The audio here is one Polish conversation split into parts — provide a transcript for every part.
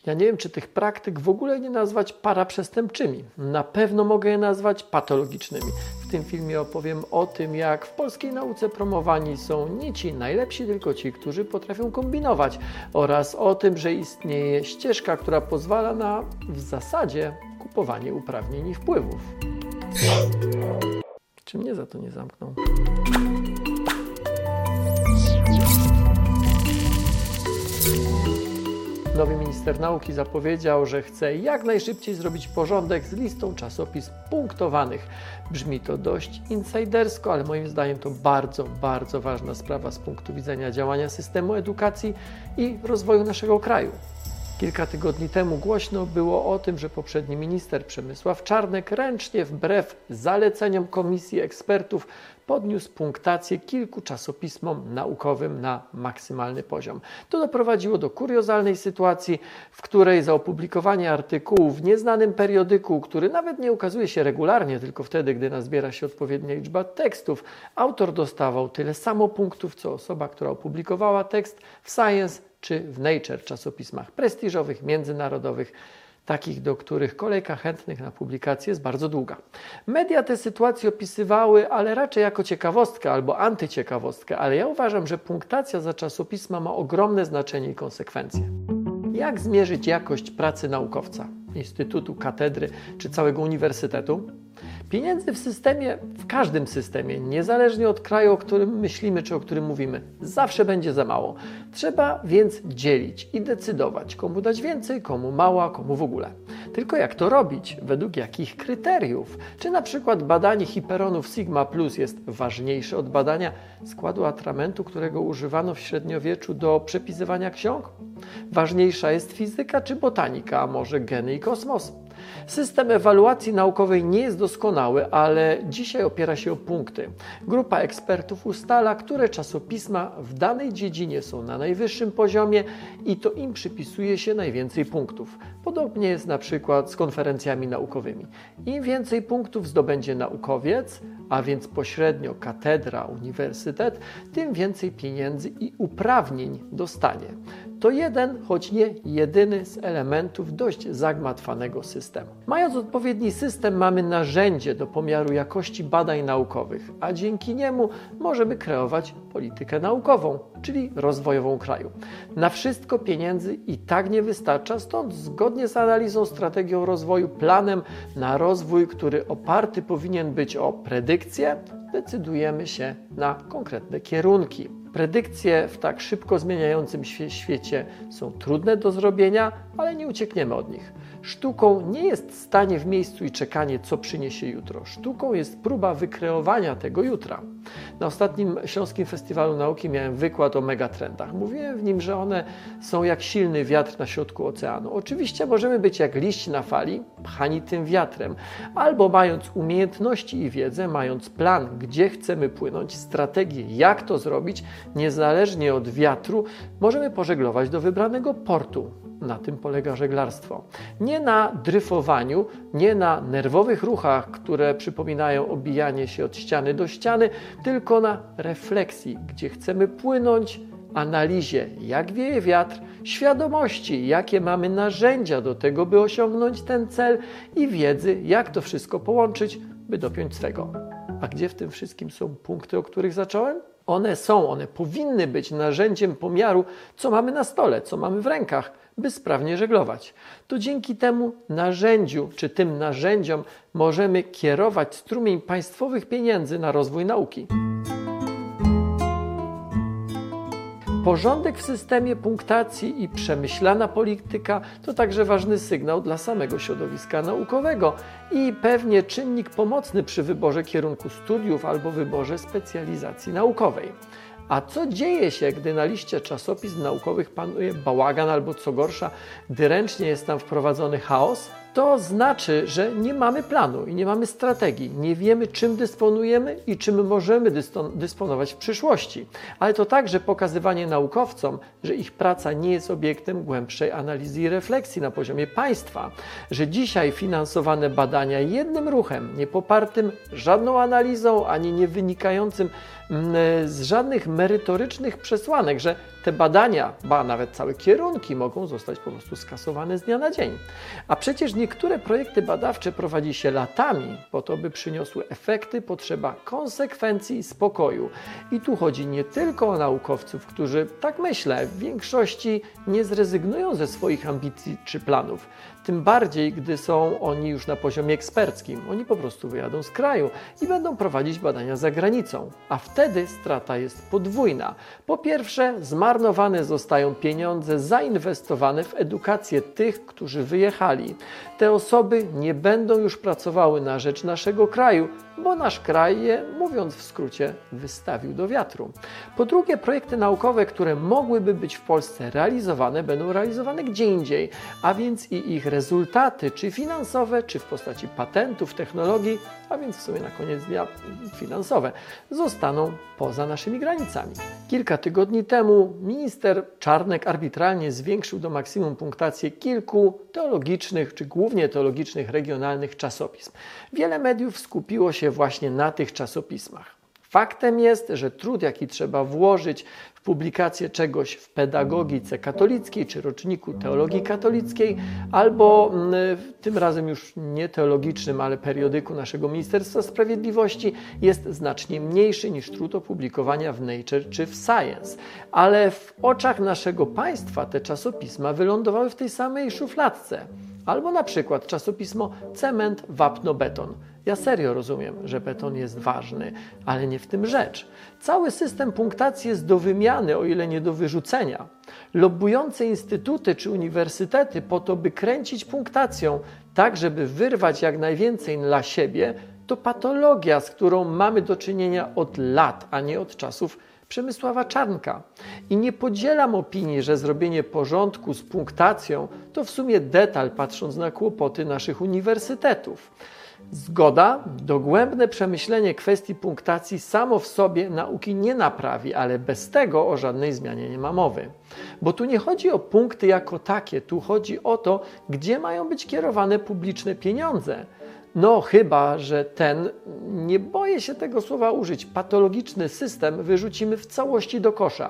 Ja nie wiem, czy tych praktyk w ogóle nie nazwać paraprzestępczymi. Na pewno mogę je nazwać patologicznymi. W tym filmie opowiem o tym, jak w polskiej nauce promowani są nie ci najlepsi, tylko ci, którzy potrafią kombinować, oraz o tym, że istnieje ścieżka, która pozwala na w zasadzie kupowanie uprawnień i wpływów. Czy mnie za to nie zamknął? Nowy minister nauki zapowiedział, że chce jak najszybciej zrobić porządek z listą czasopism punktowanych. Brzmi to dość insajdersko, ale moim zdaniem to bardzo ważna sprawa z punktu widzenia działania systemu edukacji i rozwoju naszego kraju. Kilka tygodni temu głośno było o tym, że poprzedni minister Przemysław Czarnek ręcznie, wbrew zaleceniom komisji ekspertów, podniósł punktację kilku czasopismom naukowym na maksymalny poziom. To doprowadziło do kuriozalnej sytuacji, w której za opublikowanie artykułu w nieznanym periodyku, który nawet nie ukazuje się regularnie, tylko wtedy, gdy nazbiera się odpowiednia liczba tekstów, autor dostawał tyle samo punktów, co osoba, która opublikowała tekst w Science czy w Nature, czasopismach prestiżowych, międzynarodowych, takich, do których kolejka chętnych na publikację jest bardzo długa. Media tę sytuację opisywały, ale raczej jako ciekawostkę albo antyciekawostkę, ale ja uważam, że punktacja za czasopisma ma ogromne znaczenie i konsekwencje. Jak zmierzyć jakość pracy naukowca, instytutu, katedry czy całego uniwersytetu? Pieniędzy w systemie, w każdym systemie, niezależnie od kraju, o którym myślimy czy o którym mówimy, zawsze będzie za mało. Trzeba więc dzielić i decydować, komu dać więcej, komu mało, a komu w ogóle. Tylko jak to robić? Według jakich kryteriów? Czy na przykład badanie hiperonów sigma plus jest ważniejsze od badania składu atramentu, którego używano w średniowieczu do przepisywania ksiąg? Ważniejsza jest fizyka czy botanika, a może geny i kosmos? System ewaluacji naukowej nie jest doskonały, ale dzisiaj opiera się o punkty. Grupa ekspertów ustala, które czasopisma w danej dziedzinie są na najwyższym poziomie i to im przypisuje się najwięcej punktów. Podobnie jest na przykład z konferencjami naukowymi. Im więcej punktów zdobędzie naukowiec, a więc pośrednio katedra, uniwersytet, tym więcej pieniędzy i uprawnień dostanie. To jeden, choć nie jedyny z elementów dość zagmatwanego systemu. Mając odpowiedni system, mamy narzędzie do pomiaru jakości badań naukowych, a dzięki niemu możemy kreować politykę naukową, czyli rozwojową kraju. Na wszystko pieniędzy i tak nie wystarcza, stąd zgodnie z analizą, strategią rozwoju, planem na rozwój, który oparty powinien być o predykcje, decydujemy się na konkretne kierunki. Predykcje w tak szybko zmieniającym się świecie są trudne do zrobienia, ale nie uciekniemy od nich. Sztuką nie jest stanie w miejscu i czekanie, co przyniesie jutro. Sztuką jest próba wykreowania tego jutra. Na ostatnim Śląskim Festiwalu Nauki miałem wykład o megatrendach. Mówiłem w nim, że one są jak silny wiatr na środku oceanu. Oczywiście możemy być jak liść na fali, pchani tym wiatrem, albo mając umiejętności i wiedzę, mając plan, gdzie chcemy płynąć, strategię, jak to zrobić, niezależnie od wiatru, możemy pożeglować do wybranego portu. Na tym polega żeglarstwo. Nie na dryfowaniu, nie na nerwowych ruchach, które przypominają obijanie się od ściany do ściany, tylko na refleksji, gdzie chcemy płynąć, analizie, jak wieje wiatr, świadomości, jakie mamy narzędzia do tego, by osiągnąć ten cel i wiedzy, jak to wszystko połączyć, by dopiąć swego. A gdzie w tym wszystkim są punkty, o których zacząłem? One powinny być narzędziem pomiaru, co mamy na stole, co mamy w rękach, by sprawnie żeglować. To dzięki temu narzędziu, czy tym narzędziom możemy kierować strumień państwowych pieniędzy na rozwój nauki. Porządek w systemie punktacji i przemyślana polityka to także ważny sygnał dla samego środowiska naukowego i pewnie czynnik pomocny przy wyborze kierunku studiów albo wyborze specjalizacji naukowej. A co dzieje się, gdy na liście czasopism naukowych panuje bałagan albo co gorsza, gdy ręcznie jest tam wprowadzony chaos? To znaczy, że nie mamy planu i nie mamy strategii, nie wiemy, czym dysponujemy i czym możemy dysponować w przyszłości. Ale to także pokazywanie naukowcom, że ich praca nie jest obiektem głębszej analizy i refleksji na poziomie państwa, że dzisiaj finansowane badania jednym ruchem, nie popartym żadną analizą, ani nie wynikającym z żadnych merytorycznych przesłanek, że te badania, ba nawet całe kierunki mogą zostać po prostu skasowane z dnia na dzień. A przecież niektóre projekty badawcze prowadzi się latami po to, by przyniosły efekty, potrzeba konsekwencji i spokoju. I tu chodzi nie tylko o naukowców, którzy, tak myślę, w większości nie zrezygnują ze swoich ambicji czy planów. Tym bardziej, gdy są oni już na poziomie eksperckim. Oni po prostu wyjadą z kraju i będą prowadzić badania za granicą. A wtedy strata jest podwójna. Po pierwsze, zmarnowane zostają pieniądze zainwestowane w edukację tych, którzy wyjechali. Te osoby nie będą już pracowały na rzecz naszego kraju, bo nasz kraj je, mówiąc w skrócie, wystawił do wiatru. Po drugie, projekty naukowe, które mogłyby być w Polsce realizowane, będą realizowane gdzie indziej, a więc i ich rezultaty, czy finansowe, czy w postaci patentów, technologii, a więc w sumie na koniec dnia finansowe, zostaną poza naszymi granicami. Kilka tygodni temu minister Czarnek arbitralnie zwiększył do maksimum punktację kilku teologicznych, czy głównie teologicznych regionalnych czasopism. Wiele mediów skupiło się właśnie na tych czasopismach. Faktem jest, że trud, jaki trzeba włożyć w publikację czegoś w pedagogice katolickiej, czy roczniku teologii katolickiej, albo tym razem już nie teologicznym, ale periodyku naszego Ministerstwa Sprawiedliwości, jest znacznie mniejszy niż trud opublikowania w Nature czy w Science. Ale w oczach naszego państwa te czasopisma wylądowały w tej samej szufladce. Albo na przykład czasopismo Cement, Wapno, Beton. Ja serio rozumiem, że beton jest ważny, ale nie w tym rzecz. Cały system punktacji jest do wymiany, o ile nie do wyrzucenia. Lobbujące instytuty czy uniwersytety po to, by kręcić punktacją, tak żeby wyrwać jak najwięcej dla siebie, to patologia, z którą mamy do czynienia od lat, a nie od czasów Przemysława Czarnka. I nie podzielam opinii, że zrobienie porządku z punktacją to w sumie detal, patrząc na kłopoty naszych uniwersytetów. Zgoda, dogłębne przemyślenie kwestii punktacji samo w sobie nauki nie naprawi, ale bez tego o żadnej zmianie nie ma mowy. Bo tu nie chodzi o punkty jako takie, tu chodzi o to, gdzie mają być kierowane publiczne pieniądze. No chyba, że ten, nie boję się tego słowa użyć, patologiczny system wyrzucimy w całości do kosza.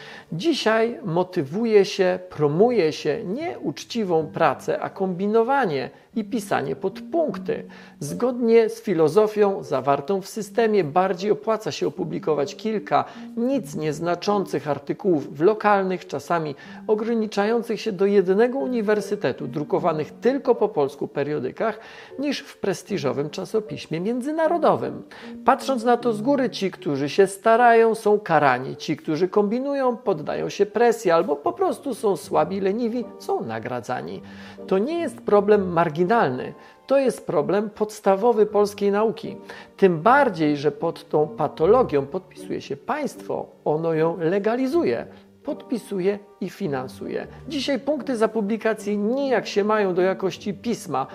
Dzisiaj motywuje się, promuje się nie uczciwą pracę, a kombinowanie i pisanie pod punkty. Zgodnie z filozofią zawartą w systemie bardziej opłaca się opublikować kilka nic nieznaczących artykułów w lokalnych, czasami ograniczających się do jednego uniwersytetu, drukowanych tylko po polsku periodykach, niż w prestiżowym czasopiśmie międzynarodowym. Patrząc na to z góry, ci, którzy się starają, są karani. Ci, którzy kombinują, poddają się presji albo po prostu są słabi, leniwi, są nagradzani. To nie jest problem marginalny. To jest problem podstawowy polskiej nauki. Tym bardziej, że pod tą patologią podpisuje się państwo. Ono ją legalizuje, podpisuje i finansuje. Dzisiaj punkty za publikację nijak się mają do jakości pisma,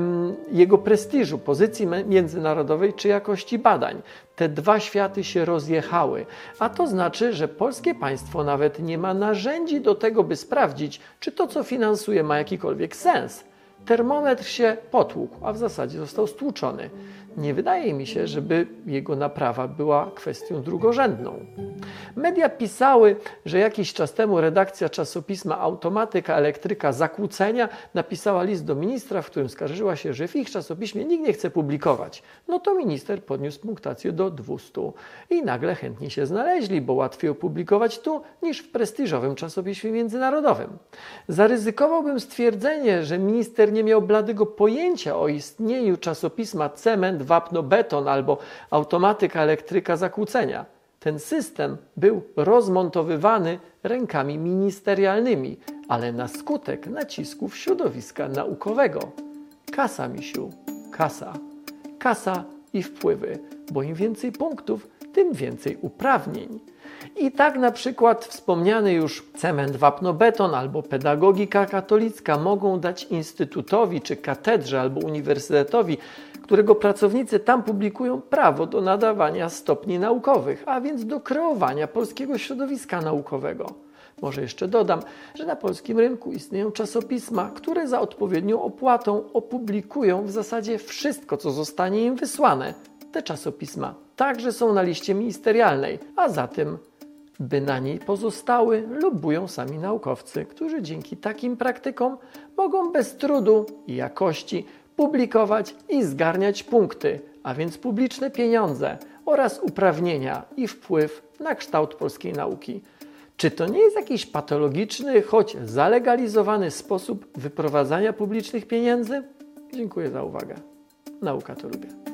jego prestiżu, pozycji międzynarodowej czy jakości badań. Te dwa światy się rozjechały, a to znaczy, że polskie państwo nawet nie ma narzędzi do tego, by sprawdzić, czy to, co finansuje, ma jakikolwiek sens. Termometr się potłukł, a w zasadzie został stłuczony. Nie wydaje mi się, żeby jego naprawa była kwestią drugorzędną. Media pisały, że jakiś czas temu redakcja czasopisma Automatyka Elektryka Zakłócenia napisała list do ministra, w którym skarżyła się, że w ich czasopiśmie nikt nie chce publikować. No to minister podniósł punktację do 200 i nagle chętni się znaleźli, bo łatwiej opublikować tu niż w prestiżowym czasopiśmie międzynarodowym. Zaryzykowałbym stwierdzenie, że minister nie miał bladego pojęcia o istnieniu czasopisma Cement, Wapno, Beton albo Automatyka Elektryka Zakłócenia. Ten system był rozmontowywany rękami ministerialnymi, ale na skutek nacisków środowiska naukowego. Kasa, misiu, kasa. Kasa i wpływy, bo im więcej punktów, tym więcej uprawnień. I tak na przykład wspomniany już Cement, Wapno, Beton albo Pedagogika Katolicka mogą dać instytutowi czy katedrze albo uniwersytetowi, którego pracownicy tam publikują, prawo do nadawania stopni naukowych, a więc do kreowania polskiego środowiska naukowego. Może jeszcze dodam, że na polskim rynku istnieją czasopisma, które za odpowiednią opłatą opublikują w zasadzie wszystko, co zostanie im wysłane. Te czasopisma także są na liście ministerialnej, a zatem by na niej pozostały, lobują sami naukowcy, którzy dzięki takim praktykom mogą bez trudu i jakości publikować i zgarniać punkty, a więc publiczne pieniądze oraz uprawnienia i wpływ na kształt polskiej nauki. Czy to nie jest jakiś patologiczny, choć zalegalizowany sposób wyprowadzania publicznych pieniędzy? Dziękuję za uwagę. Nauka to lubię.